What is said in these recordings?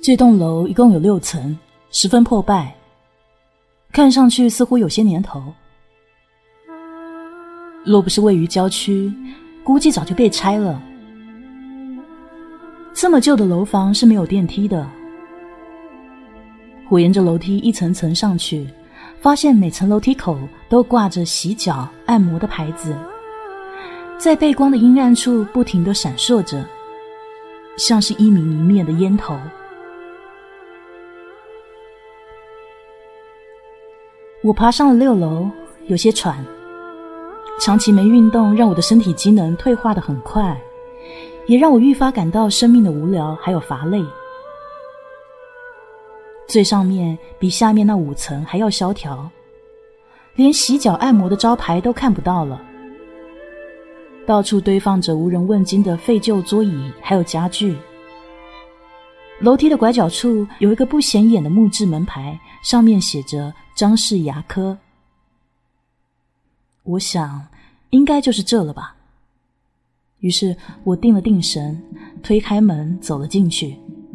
这栋楼一共有6层，十分破败，看上去似乎有些年头。若不是位于郊区，估计早就被拆了。这么旧的楼房是没有电梯的。我沿着楼梯一层层上去，发现每层楼梯口都挂着洗脚按摩的牌子，在背光的阴暗处不停地闪烁着，像是一明一灭的烟头。我爬上了6楼，有些喘，长期没运动让我的身体机能退化得很快，也让我愈发感到生命的无聊还有乏累。最上面比下面那5层还要萧条，连洗脚按摩的招牌都看不到了，到处堆放着无人问津的废旧桌椅还有家具。楼梯的拐角处有一个不显眼的木质门牌，上面写着张氏牙科。我想应该就是这了吧。于是我定了定神，推开门走了进去。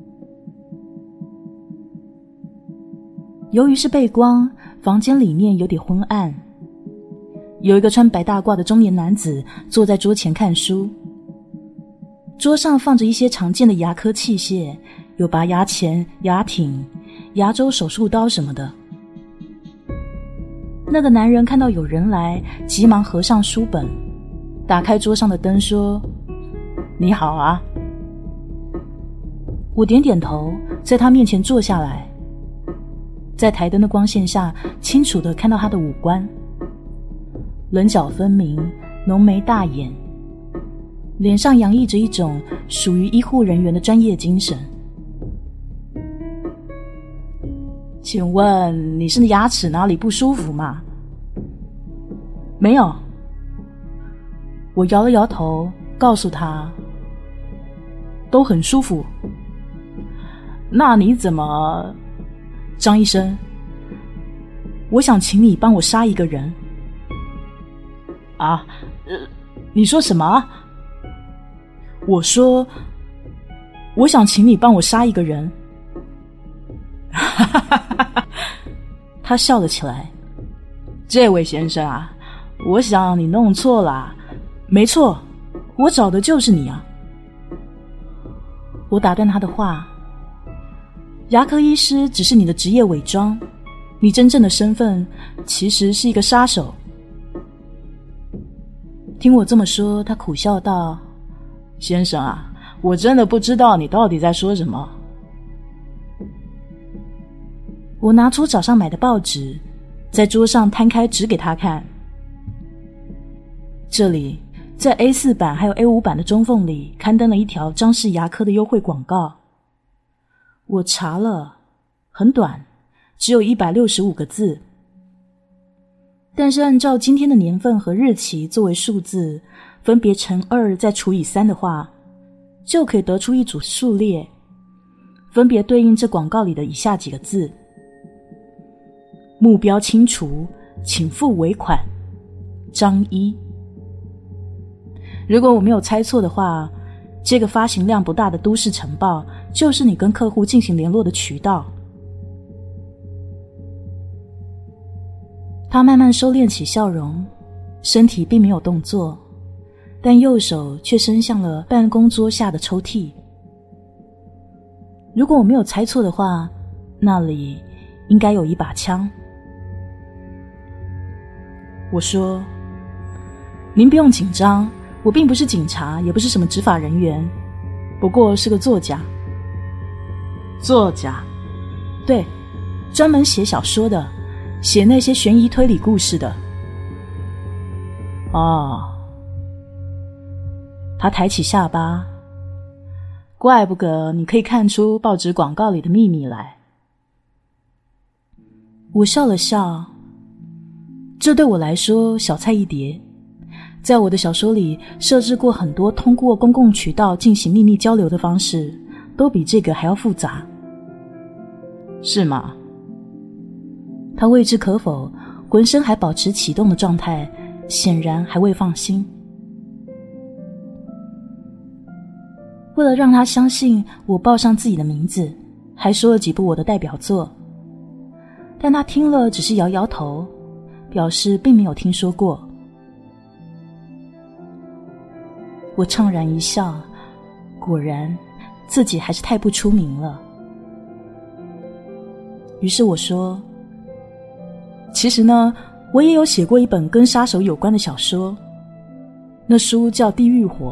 由于是背光，房间里面有点昏暗。有一个穿白大褂的中年男子坐在桌前看书，桌上放着一些常见的牙科器械，有拔牙钳、牙挺、牙周手术刀什么的。那个男人看到有人来，急忙合上书本，打开桌上的灯说：“你好啊。”我点点头，在他面前坐下来。在台灯的光线下，清楚地看到他的五官，棱角分明，浓眉大眼，脸上洋溢着一种属于医护人员的专业精神。请问你是牙齿哪里不舒服吗？没有。我摇了摇头，告诉他都很舒服。那你怎么……张医生，我想请你帮我杀一个人。啊，你说什么？我说，我想请你帮我杀一个人。他笑了起来。这位先生啊，我想你弄错了。没错，我找的就是你啊。我打断他的话。牙科医师只是你的职业伪装，你真正的身份其实是一个杀手。听我这么说，他苦笑道：“先生啊，我真的不知道你到底在说什么。”我拿出早上买的报纸，在桌上摊开指给他看。这里在 A4 版还有 A5 版的中缝里刊登了一条张氏牙科的优惠广告。我查了，很短，只有165个字。但是按照今天的年份和日期作为数字，分别乘2再除以3的话，就可以得出一组数列，分别对应这广告里的以下几个字：目标清除，请付尾款，张一。如果我没有猜错的话，这个发行量不大的都市晨报就是你跟客户进行联络的渠道。他慢慢收敛起笑容，身体并没有动作，但右手却伸向了办公桌下的抽屉。如果我没有猜错的话，那里应该有一把枪。我说：“您不用紧张，我并不是警察，也不是什么执法人员，不过是个作家。”作家？对，专门写小说的，写那些悬疑推理故事的。哦。他抬起下巴，怪不得你可以看出报纸广告里的秘密来。我笑了笑，这对我来说小菜一碟。在我的小说里设置过很多通过公共渠道进行秘密交流的方式，都比这个还要复杂。是吗？他未知可否，浑身还保持启动的状态，显然还未放心。为了让他相信我报上自己的名字， 还说了几部我的代表作，但他听了只是摇摇头，表示并没有听说过。我怅然一笑，果然自己还是太不出名了。于是我说，其实呢，我也有写过一本跟杀手有关的小说，那书叫《地狱火》。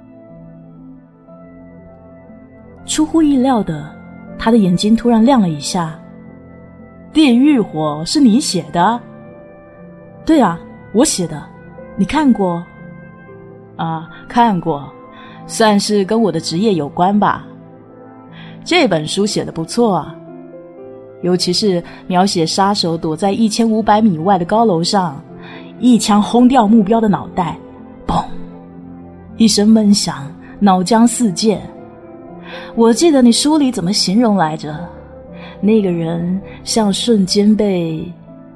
出乎意料的，他的眼睛突然亮了一下。地狱火是你写的？对啊，我写的。你看过？啊，看过，算是跟我的职业有关吧。这本书写得不错啊，尤其是描写杀手躲在1500米外的高楼上，一枪轰掉目标的脑袋，砰，一声闷响，脑浆四溅。我记得你书里怎么形容来着？那个人像瞬间被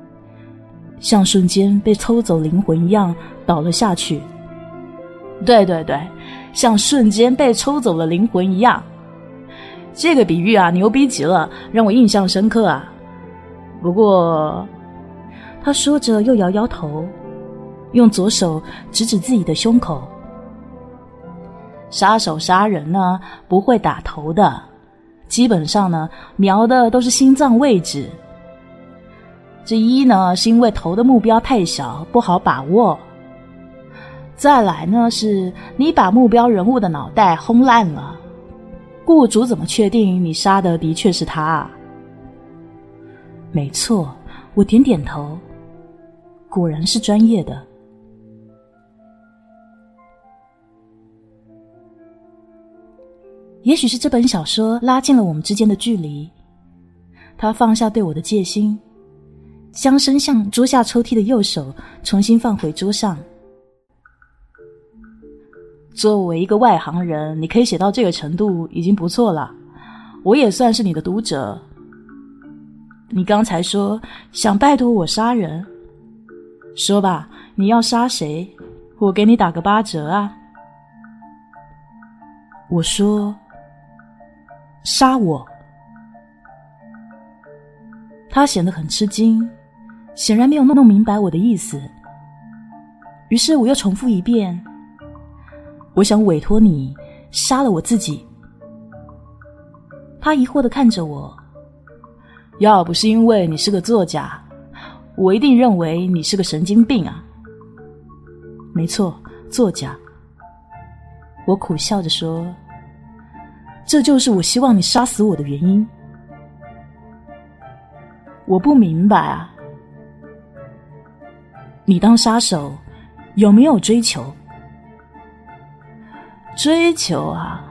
抽走灵魂一样倒了下去。对对对，像瞬间被抽走了灵魂一样。这个比喻啊，牛逼极了，让我印象深刻啊。不过，他说着又摇摇头，用左手指指自己的胸口。杀手杀人呢，不会打头的，基本上呢，瞄的都是心脏位置。这一呢，是因为头的目标太小，不好把握。再来呢，是你把目标人物的脑袋轰烂了，雇主怎么确定你杀的的确是他啊？没错，我点点头，果然是专业的。也许是这本小说拉近了我们之间的距离，他放下对我的戒心，将伸向桌下抽屉的右手重新放回桌上。作为一个外行人，你可以写到这个程度已经不错了，我也算是你的读者。你刚才说想拜托我杀人，说吧，你要杀谁？我给你打个8折啊。我说，杀我。他显得很吃惊，显然没有弄明白我的意思。于是我又重复一遍，我想委托你杀了我自己。他疑惑地看着我，要不是因为你是个作家，我一定认为你是个神经病啊。没错，作家。我苦笑着说，这就是我希望你杀死我的原因。我不明白啊，你当杀手有没有追求？追求啊，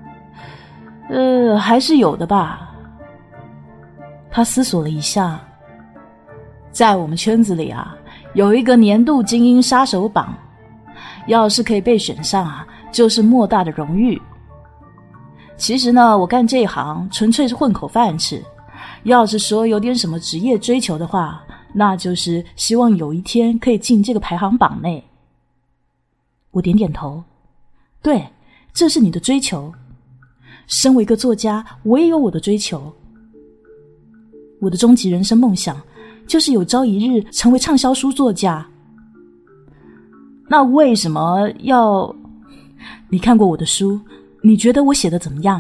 还是有的吧。他思索了一下，在我们圈子里啊，有一个年度精英杀手榜，要是可以被选上啊，就是莫大的荣誉。其实呢，我干这一行纯粹是混口饭吃，要是说有点什么职业追求的话，那就是希望有一天可以进这个排行榜内。我点点头，对，这是你的追求。身为一个作家，我也有我的追求。我的终极人生梦想就是有朝一日成为畅销书作家。那为什么要？你看过我的书，你觉得我写的怎么样？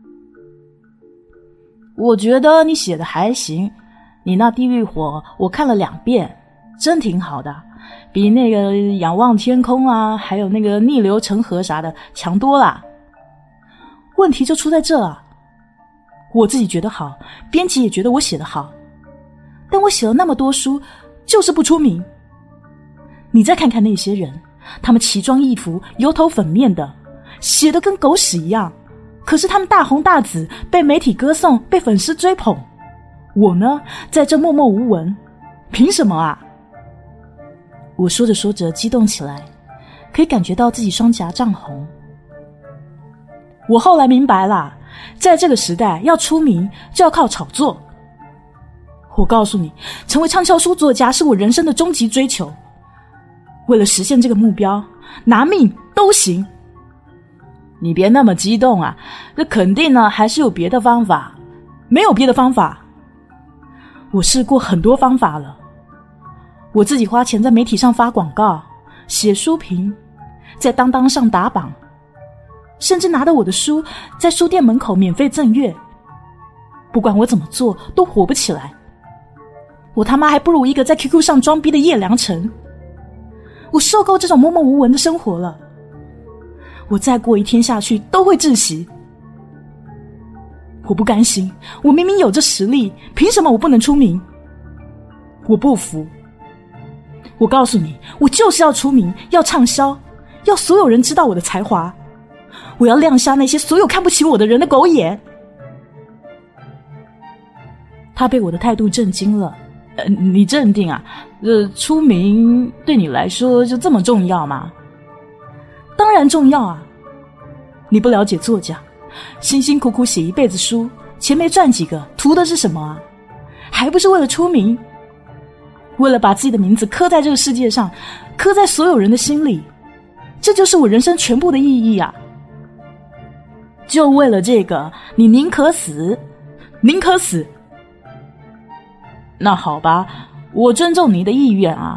我觉得你写的还行，你那地狱火我看了2遍，真挺好的，比那个仰望天空啊，还有那个逆流成河啥的强多了。问题就出在这啊，我自己觉得好，编辑也觉得我写得好，但我写了那么多书，就是不出名。你再看看那些人，他们奇装异服，油头粉面的，写得跟狗屎一样，可是他们大红大紫，被媒体歌颂，被粉丝追捧。我呢，在这默默无闻，凭什么啊？我说着说着激动起来，可以感觉到自己双颊涨红。我后来明白了，在这个时代要出名就要靠炒作。我告诉你，成为畅销书作家是我人生的终极追求。为了实现这个目标，拿命都行。你别那么激动啊，这肯定呢还是有别的方法。 没有别的方法。我试过很多方法了，我自己花钱在媒体上发广告，写书评，在当当上打榜，甚至拿着我的书在书店门口免费赠阅。不管我怎么做都火不起来，我他妈还不如一个在 QQ 上装逼的叶良辰。我受够这种默默无闻的生活了，我再过一天下去都会窒息。我不甘心，我明明有这实力，凭什么我不能出名？我不服。我告诉你，我就是要出名，要畅销，要所有人知道我的才华，我要亮瞎那些所有看不起我的人的狗眼。他被我的态度震惊了。你镇定啊，出名对你来说就这么重要吗？当然重要啊。你不了解作家，辛辛苦苦写一辈子书，钱没赚几个，图的是什么啊？还不是为了出名，为了把自己的名字刻在这个世界上，刻在所有人的心里，这就是我人生全部的意义啊。就为了这个，你宁可死，宁可死。那好吧，我尊重你的意愿啊。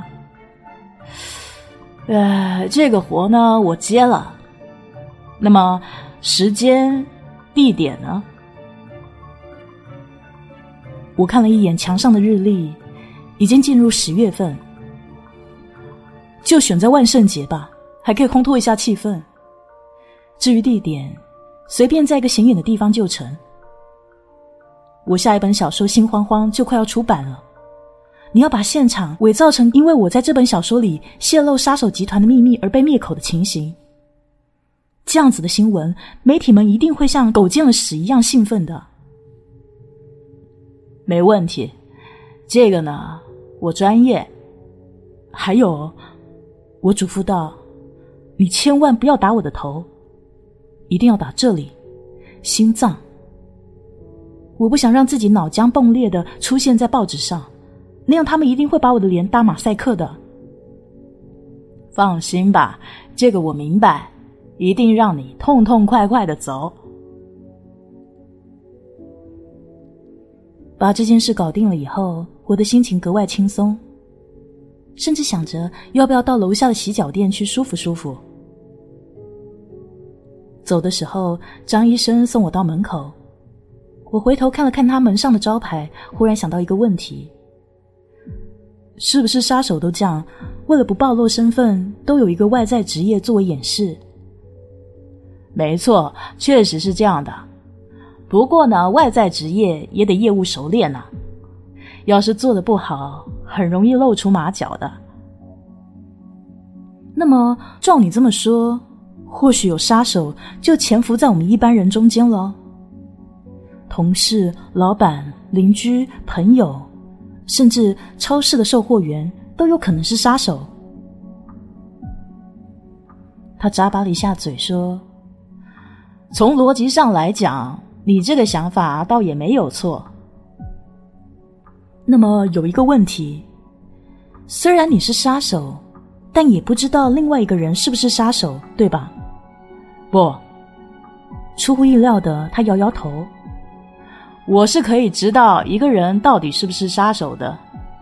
这个活呢，我接了。那么时间、地点呢？我看了一眼墙上的日历，已经进入10月份，就选在万圣节吧，还可以烘托一下气氛。至于地点，随便在一个显眼的地方就成。我下一本小说《心慌慌》就快要出版了，你要把现场伪造成因为我在这本小说里泄露杀手集团的秘密而被灭口的情形。这样子的新闻，媒体们一定会像狗见了屎一样兴奋的。没问题，这个呢，我专业。还有，我嘱咐道，你千万不要打我的头，一定要打这里，心脏。我不想让自己脑浆迸裂的出现在报纸上，那样他们一定会把我的脸打马赛克的。放心吧，这个我明白，一定让你痛痛快快的走。把这件事搞定了以后，我的心情格外轻松，甚至想着要不要到楼下的洗脚店去舒服舒服。走的时候，张医生送我到门口，我回头看了看他门上的招牌，忽然想到一个问题，是不是杀手都这样，为了不暴露身份，都有一个外在职业作为掩饰？没错，确实是这样的。不过呢，外在职业也得业务熟练啊，要是做得不好，很容易露出马脚的。那么照你这么说，或许有杀手就潜伏在我们一般人中间了。同事、老板、邻居、朋友，甚至超市的售货员都有可能是杀手。他咂巴了一下嘴说，从逻辑上来讲，你这个想法倒也没有错。那么有一个问题，虽然你是杀手，但也不知道另外一个人是不是杀手，对吧？不。出乎意料的，他摇摇头。我是可以知道一个人到底是不是杀手的。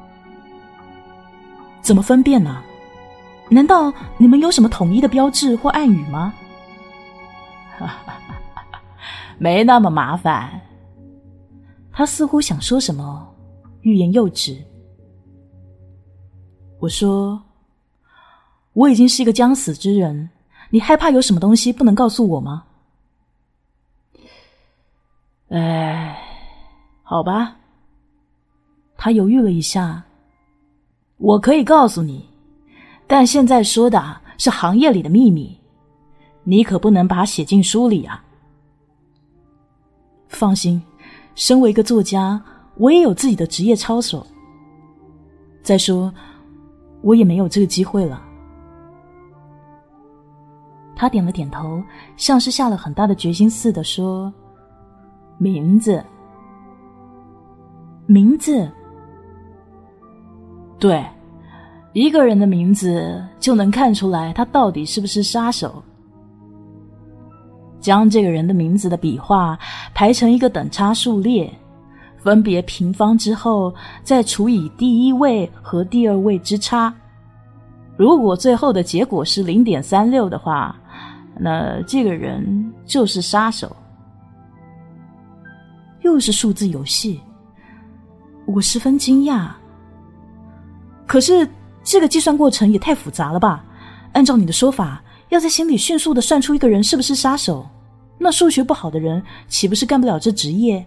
怎么分辨呢？难道你们有什么统一的标志或暗语吗？没那么麻烦。他似乎想说什么，欲言又止。我说，我已经是一个将死之人，你害怕有什么东西不能告诉我吗？好吧。他犹豫了一下，我可以告诉你，但现在说的是行业里的秘密，你可不能把它写进书里啊。放心，身为一个作家，我也有自己的职业操守。再说，我也没有这个机会了。他点了点头，像是下了很大的决心似的说，名字。名字？对，一个人的名字就能看出来他到底是不是杀手。将这个人的名字的笔画排成一个等差数列， 分别平方之后，再除以第一位和第二位之差。如果最后的结果是 0.36 的话，那这个人就是杀手。又是数字游戏，我十分惊讶。可是这个计算过程也太复杂了吧？按照你的说法，要在心里迅速地算出一个人是不是杀手，那数学不好的人岂不是干不了这职业？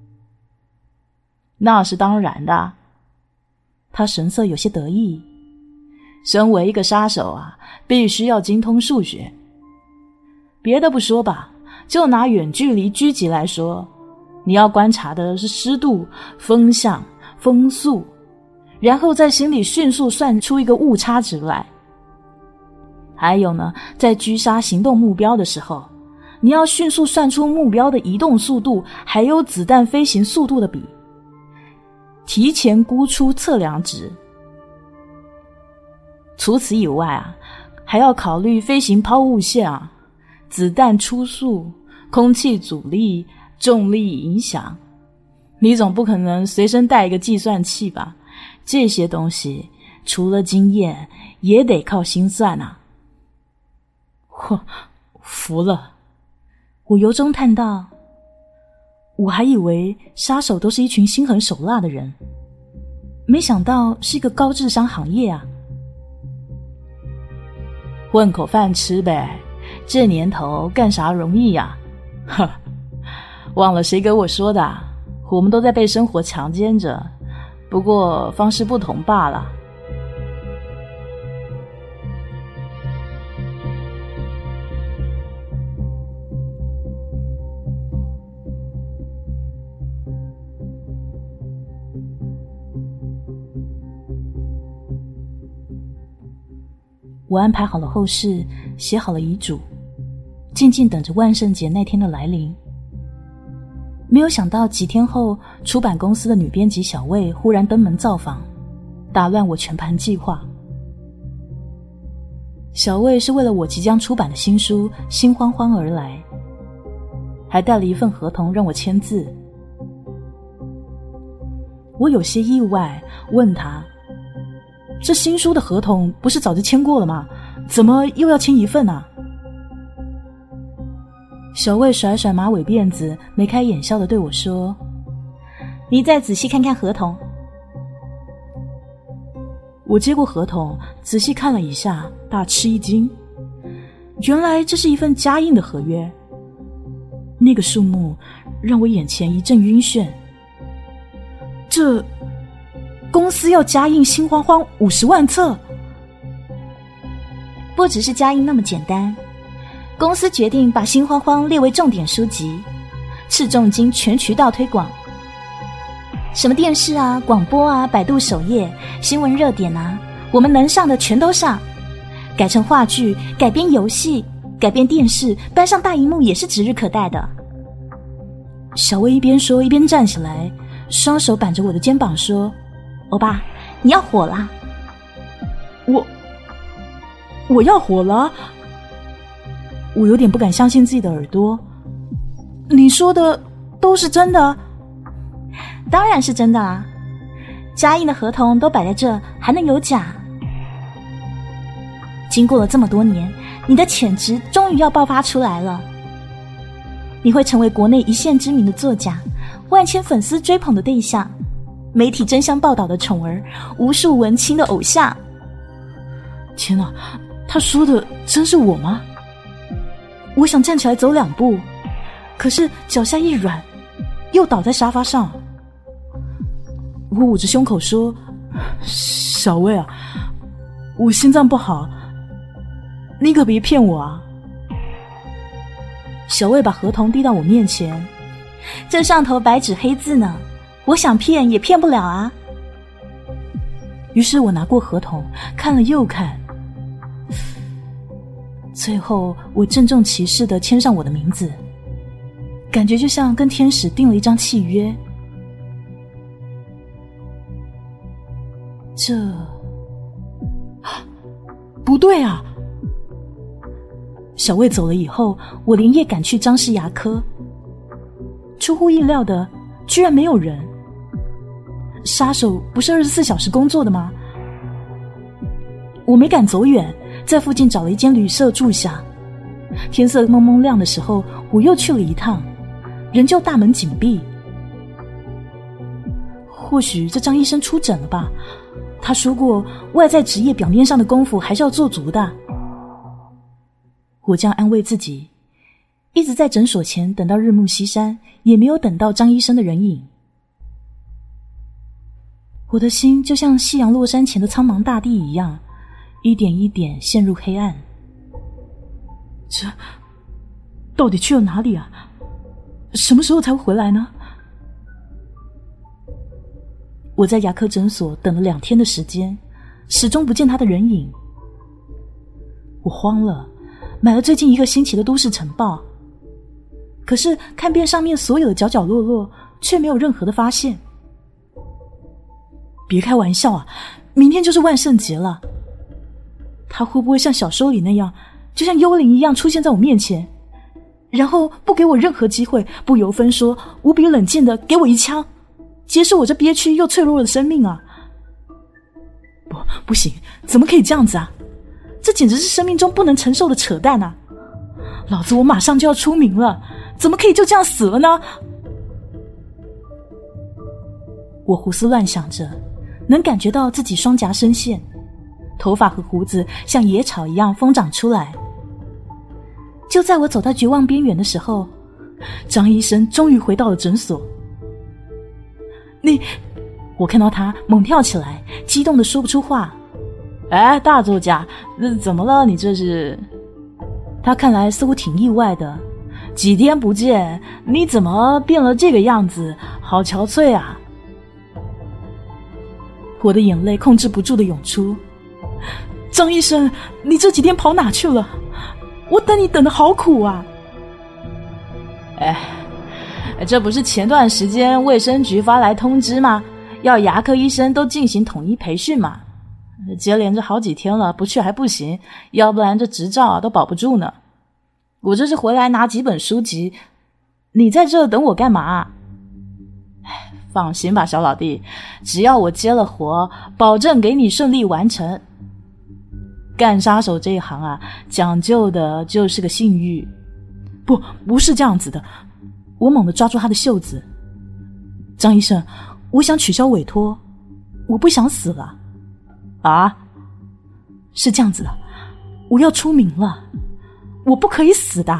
那是当然的。他神色有些得意。身为一个杀手啊，必须要精通数学。别的不说吧，就拿远距离狙击来说，你要观察的是湿度、风向、风速，然后在心里迅速算出一个误差值来。还有呢，在狙杀行动目标的时候，你要迅速算出目标的移动速度还有子弹飞行速度的比，提前估出测量值。除此以外啊，还要考虑飞行抛物线啊、子弹初速、空气阻力、重力影响。你总不可能随身带一个计算器吧？这些东西除了经验也得靠心算啊。服了。我由衷叹道，我还以为杀手都是一群心狠手辣的人，没想到是一个高智商行业啊。混口饭吃呗，这年头干啥容易呀？忘了谁跟我说的，我们都在被生活强奸着，不过方式不同罢了。我安排好了后事，写好了遗嘱，静静等着万圣节那天的来临。没有想到几天后，出版公司的女编辑小魏忽然登门造访，打乱我全盘计划。小魏是为了我即将出版的新书心慌慌而来，还带了一份合同让我签字。我有些意外，问他，这新书的合同不是早就签过了吗？怎么又要签一份啊？小魏甩甩马尾辫子，眉开眼笑地对我说，你再仔细看看合同。我接过合同，仔细看了一下，大吃一惊。原来这是一份加印的合约，那个数目让我眼前一阵晕眩。这公司要加印心慌慌50万册？ 不只是加印那么简单，公司决定把心慌慌列为重点书籍，斥重金全渠道推广，什么电视啊、广播啊、百度首页、新闻热点啊，我们能上的全都上，改成话剧、改编游戏、改编电视，搬上大荧幕也是指日可待的。 小薇一边说一边站起来，双手板着我的肩膀说， 欧巴，你要火啦！ 我要火了？我有点不敢相信自己的耳朵。你说的都是真的？ 当然是真的啊！加印的合同都摆在这，还能有假？经过了这么多年，你的潜质终于要爆发出来了。你会成为国内一线知名的作家，万千粉丝追捧的对象，媒体争相报道的宠儿，无数文青的偶像。 天哪，他说的真是我吗？我想站起来走2步，可是脚下一软，又倒在沙发上。我捂着胸口说，小魏啊，我心脏不好，你可别骗我啊。小魏把合同递到我面前， 这上头白纸黑字呢，我想骗也骗不了啊。 于是我拿过合同，看了又看，最后我郑重其事地签上我的名字，感觉就像跟天使订了一张契约。这不对啊！小魏走了以后，我连夜赶去张氏牙科，出乎意料的，居然没有人， 杀手不是24小时工作的吗？我没敢走远，在附近找了一间旅社住下。天色蒙蒙亮的时候，我又去了一趟，仍旧大门紧闭。或许这张医生出诊了吧，他说过外在职业表面上的功夫还是要做足的。我这样安慰自己，一直在诊所前等到日暮西山，也没有等到张医生的人影。我的心就像夕阳落山前的苍茫大地一样，一点一点陷入黑暗。这到底去了哪里啊？什么时候才会回来呢？我在牙科诊所等了2天的时间，始终不见他的人影。我慌了，买了最近1个星期的都市晨报，可是看遍上面所有的角角落落，却没有任何的发现。别开玩笑啊，明天就是万圣节了，他会不会像小说里那样，就像幽灵一样出现在我面前，然后不给我任何机会，不由分说，无比冷静的给我一枪，结束我这憋屈又脆弱的生命啊！不行，怎么可以这样子啊？这简直是生命中不能承受的扯淡啊！老子我马上就要出名了，怎么可以就这样死了呢？我胡思乱想着，能感觉到自己双颊深陷，头发和胡子像野草一样疯长出来。就在我走到绝望边缘的时候，张医生终于回到了诊所。我看到他猛跳起来，激动的说不出话。哎，大作家，怎么了？你这是？他看来似乎挺意外的。几天不见，你怎么变了这个样子？好憔悴啊！我的眼泪控制不住的涌出。张医生，你这几天跑哪去了？我等你等得好苦啊！这不是前段时间卫生局发来通知吗？要牙科医生都进行统一培训嘛。接连着好几天了，不去还不行，要不然这执照都保不住呢。我这是回来拿几本书籍，你在这等我干嘛？放心吧，小老弟，只要我接了活，保证给你顺利完成。干杀手这一行啊，讲究的就是个信誉。不是这样子的。我猛地抓住他的袖子。张医生，我想取消委托，我不想死了。啊？是这样子的，我要出名了，我不可以死的。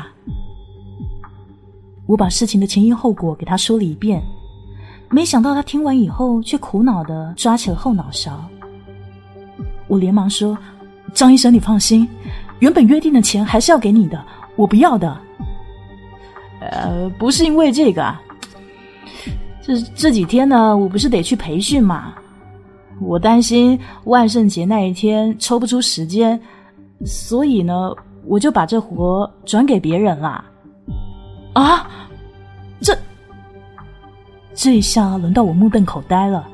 我把事情的前因后果给他说了一遍，没想到他听完以后却苦恼地抓起了后脑勺。我连忙说，张医生你放心，原本约定的钱还是要给你的，我不要的。不是因为这个啊，这几天呢，我不是得去培训嘛，我担心万圣节那一天抽不出时间，所以呢，我就把这活转给别人啦。啊，这一下轮到我目瞪口呆了。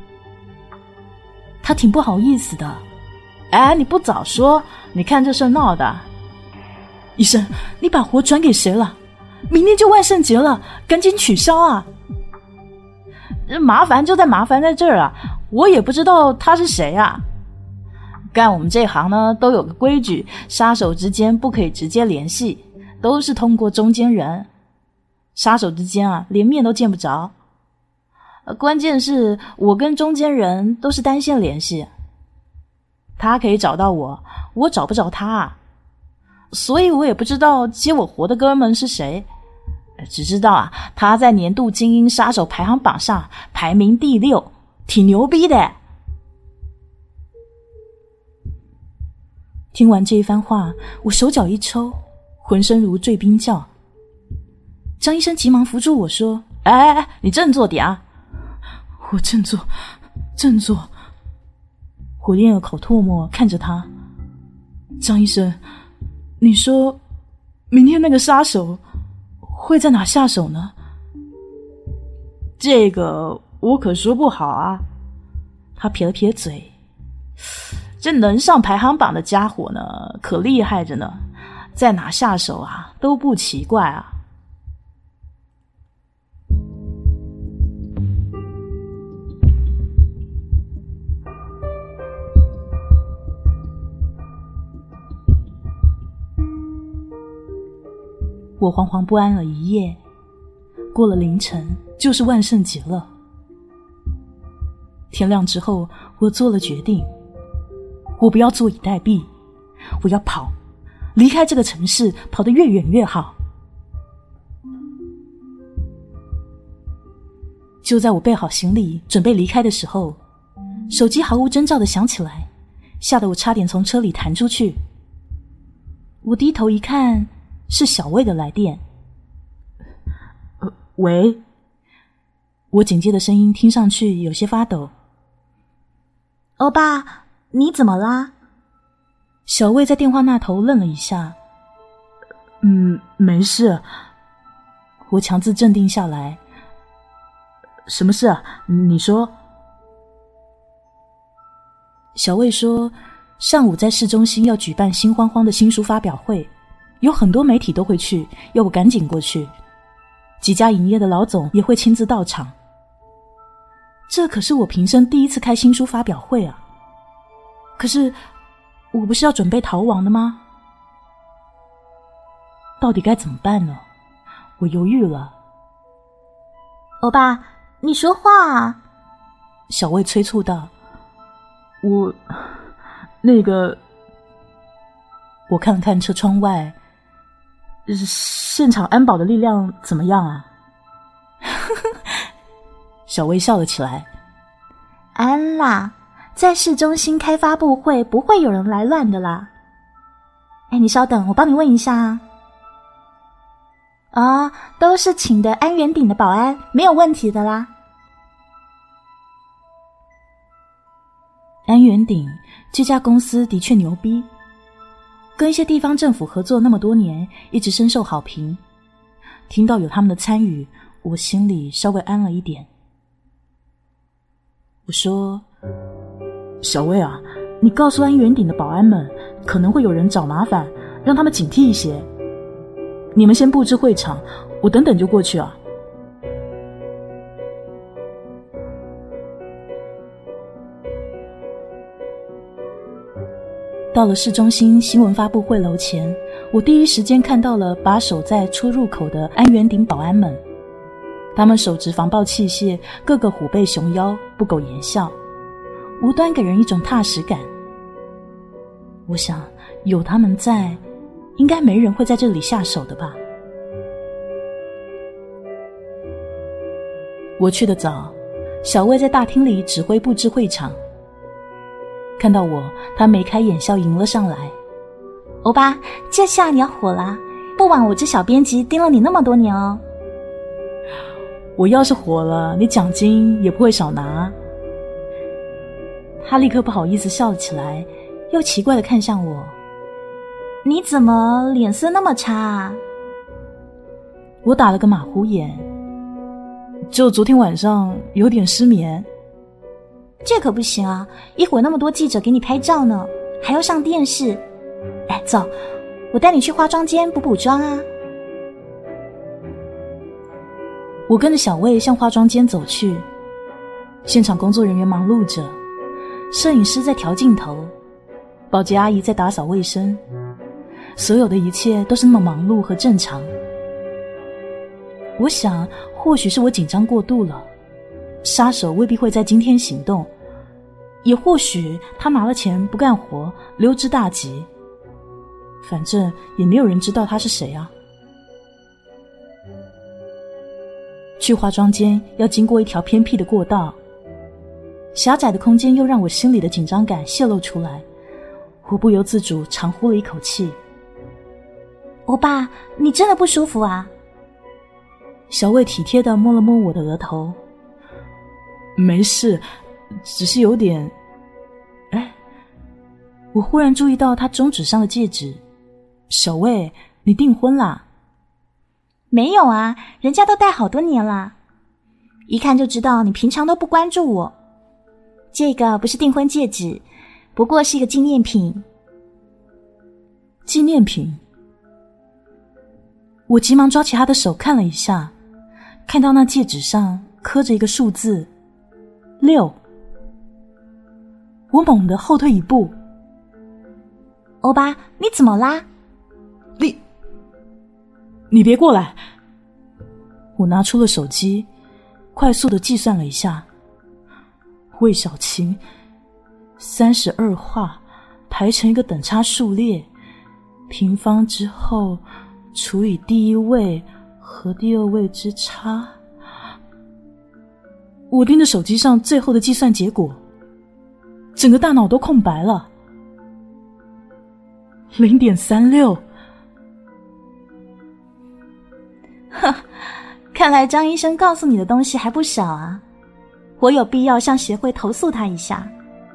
他挺不好意思的。你不早说，你看这事闹的。医生，你把活转给谁了？明天就万圣节了，赶紧取消啊！麻烦就麻烦在这儿啊，我也不知道他是谁啊。干我们这行呢，都有个规矩，杀手之间不可以直接联系，都是通过中间人。杀手之间啊，连面都见不着。关键是我跟中间人都是单线联系，他可以找到我，我找不着他啊。所以我也不知道接我活的哥们是谁，只知道啊，他在年度精英杀手排行榜上排名第6，挺牛逼的。听完这一番话，我手脚一抽，浑身如坠冰窖。张医生急忙扶住我说，你振作点啊。我振作。我咽了口唾沫看着他。张医生，你说明天那个杀手会在哪下手呢？这个我可说不好啊。他撇了撇嘴，这能上排行榜的家伙呢，可厉害着呢，在哪下手啊都不奇怪啊。 我惶惶不安了一夜，过了凌晨就是万圣节了。天亮之后，我做了决定，我不要坐以待毙，我要跑，离开这个城市，跑得越远越好。就在我备好行李准备离开的时候，手机毫无征兆地响起来，吓得我差点从车里弹出去。我低头一看，是小魏的来电。喂。我警戒的声音听上去有些发抖。 欧巴，你怎么啦？ 小魏在电话那头愣了一下。没事。我强自镇定下来。什么事啊？你说。小魏说，上午在市中心要举办心慌慌的新书发表会，有很多媒体都会去，要我赶紧过去。几家营业的老总也会亲自到场。这可是我平生第一次开新书发表会啊！可是我不是要准备逃亡的吗？到底该怎么办呢？我犹豫了。 欧巴，你说话啊！ 小魏催促道。我看了看车窗外，现场安保的力量怎么样啊？小魏笑了起来。 安啦，在市中心开发布会，不会有人来乱的啦。你稍等，我帮你问一下啊。都是请的安元鼎的保安，没有问题的啦。 安元鼎这家公司的确牛逼，跟一些地方政府合作那么多年，一直深受好评。听到有他们的参与，我心里稍微安了一点。我说，小魏啊，你告诉安元鼎的保安们，可能会有人找麻烦，让他们警惕一些。你们先布置会场，我等等就过去啊。到了市中心新闻发布会楼前，我第一时间看到了把守在出入口的安元鼎保安们。他们手执防爆器械，个个虎背熊腰，不苟言笑，无端给人一种踏实感。我想，有他们在，应该没人会在这里下手的吧。我去得早，小魏在大厅里指挥布置会场。看到我，他眉开眼笑迎了上来。 欧巴，这下你要火啦，不枉我这小编辑盯了你那么多年哦。 我要是火了，你奖金也不会少拿。他立刻不好意思笑了起来，又奇怪地看向我。 你怎么脸色那么差啊？ 我打了个马虎眼，就昨天晚上有点失眠。 这可不行啊，一会儿那么多记者给你拍照呢，还要上电视。走，我带你去化妆间补补妆啊。 我跟着小魏向化妆间走去，现场工作人员忙碌着，摄影师在调镜头，保洁阿姨在打扫卫生，所有的一切都是那么忙碌和正常。我想，或许是我紧张过度了，杀手未必会在今天行动，也或许他拿了钱不干活，溜之大吉。反正也没有人知道他是谁啊。去化妆间要经过一条偏僻的过道，狭窄的空间又让我心里的紧张感泄露出来，我不由自主长呼了一口气。 欧巴，你真的不舒服啊？ 小魏体贴地摸了摸我的额头。没事，只是有点……我忽然注意到他中指上的戒指。小魏，你订婚啦？ 没有啊，人家都戴好多年了。一看就知道你平常都不关注我。这个不是订婚戒指，不过是一个纪念品。 纪念品？我急忙抓起他的手看了一下，看到那戒指上刻着一个数字6。我猛地后退一步。 欧巴，你怎么啦？ 你别过来。我拿出了手机，快速地计算了一下。魏小琴32画排成一个等差数列，平方之后除以第一位和第二位之差。我盯着手机上最后的计算结果，整个大脑都空白了。0.36。 呵，看来张医生告诉你的东西还不少啊，我有必要向协会投诉他一下。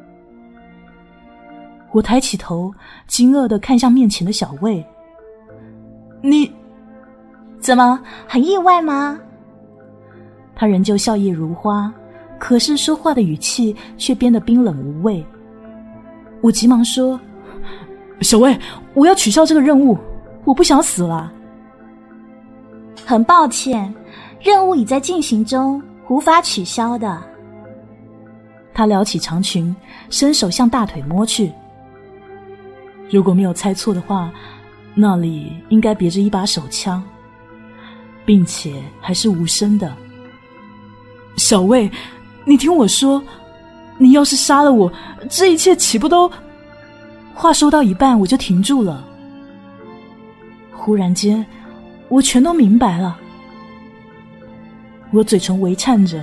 我抬起头，惊愕地看向面前的小魏。你怎么很意外吗？ 他仍旧笑靥如花，可是说话的语气却变得冰冷无味。我急忙说，小魏，我要取消这个任务，我不想死了。 很抱歉，任务已在进行中，无法取消的。 他撩起长裙，伸手向大腿摸去。如果没有猜错的话，那里应该别着一把手枪，并且还是无声的。小魏，你听我说，你要是杀了我，这一切岂不都……话说到一半我就停住了。忽然间我全都明白了。我嘴唇微颤着。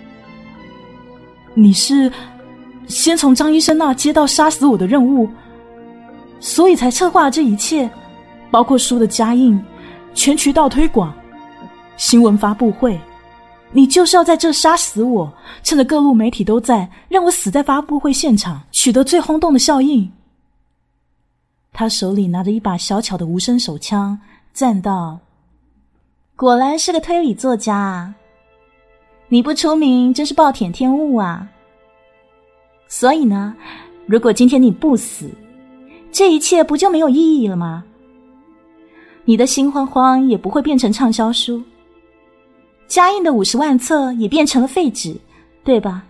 你是先从张医生那接到杀死我的任务，所以才策划了这一切，包括书的加印、全渠道推广、新闻发布会。你就是要在这杀死我，趁着各路媒体都在，让我死在发布会现场，取得最轰动的效应。他手里拿着一把小巧的无声手枪，赞道： 果然是个推理作家啊，你不出名真是暴殄天物啊。所以呢，如果今天你不死，这一切不就没有意义了吗？你的心慌慌也不会变成畅销书，加印的50万册也变成了废纸，对吧？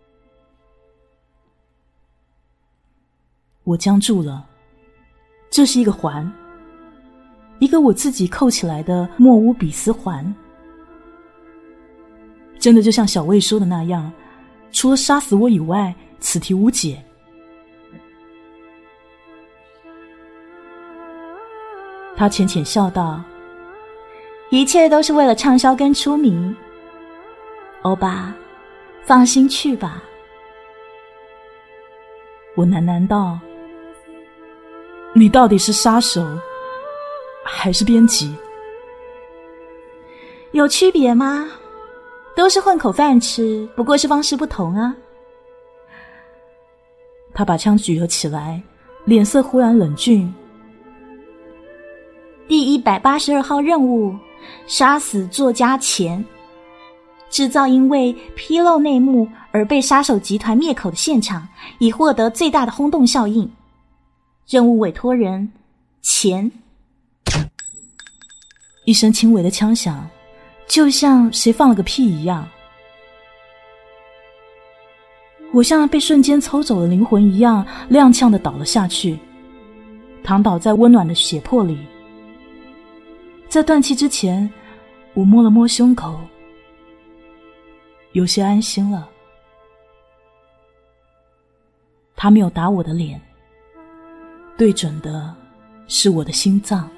我僵住了。这是一个环，一个我自己扣起来的莫乌比斯环。真的就像小魏说的那样，除了杀死我以外，此题无解。他浅浅笑道： 一切都是为了畅销跟出名。欧巴，放心去吧。 我喃喃道：你到底是杀手还是编辑？ 有区别吗？都是混口饭吃，不过是方式不同啊。 他把枪举了起来，脸色忽然冷峻。 第182号任务，杀死作家钱，制造因为披露内幕而被杀手集团灭口的现场，以获得最大的轰动效应。任务委托人钱。 一声轻微的枪响，就像谁放了个屁一样。我像被瞬间抽走了灵魂一样，踉跄地倒了下去，躺倒在温暖的血泊里。在断气之前，我摸了摸胸口，有些安心了。他没有打我的脸，对准的是我的心脏。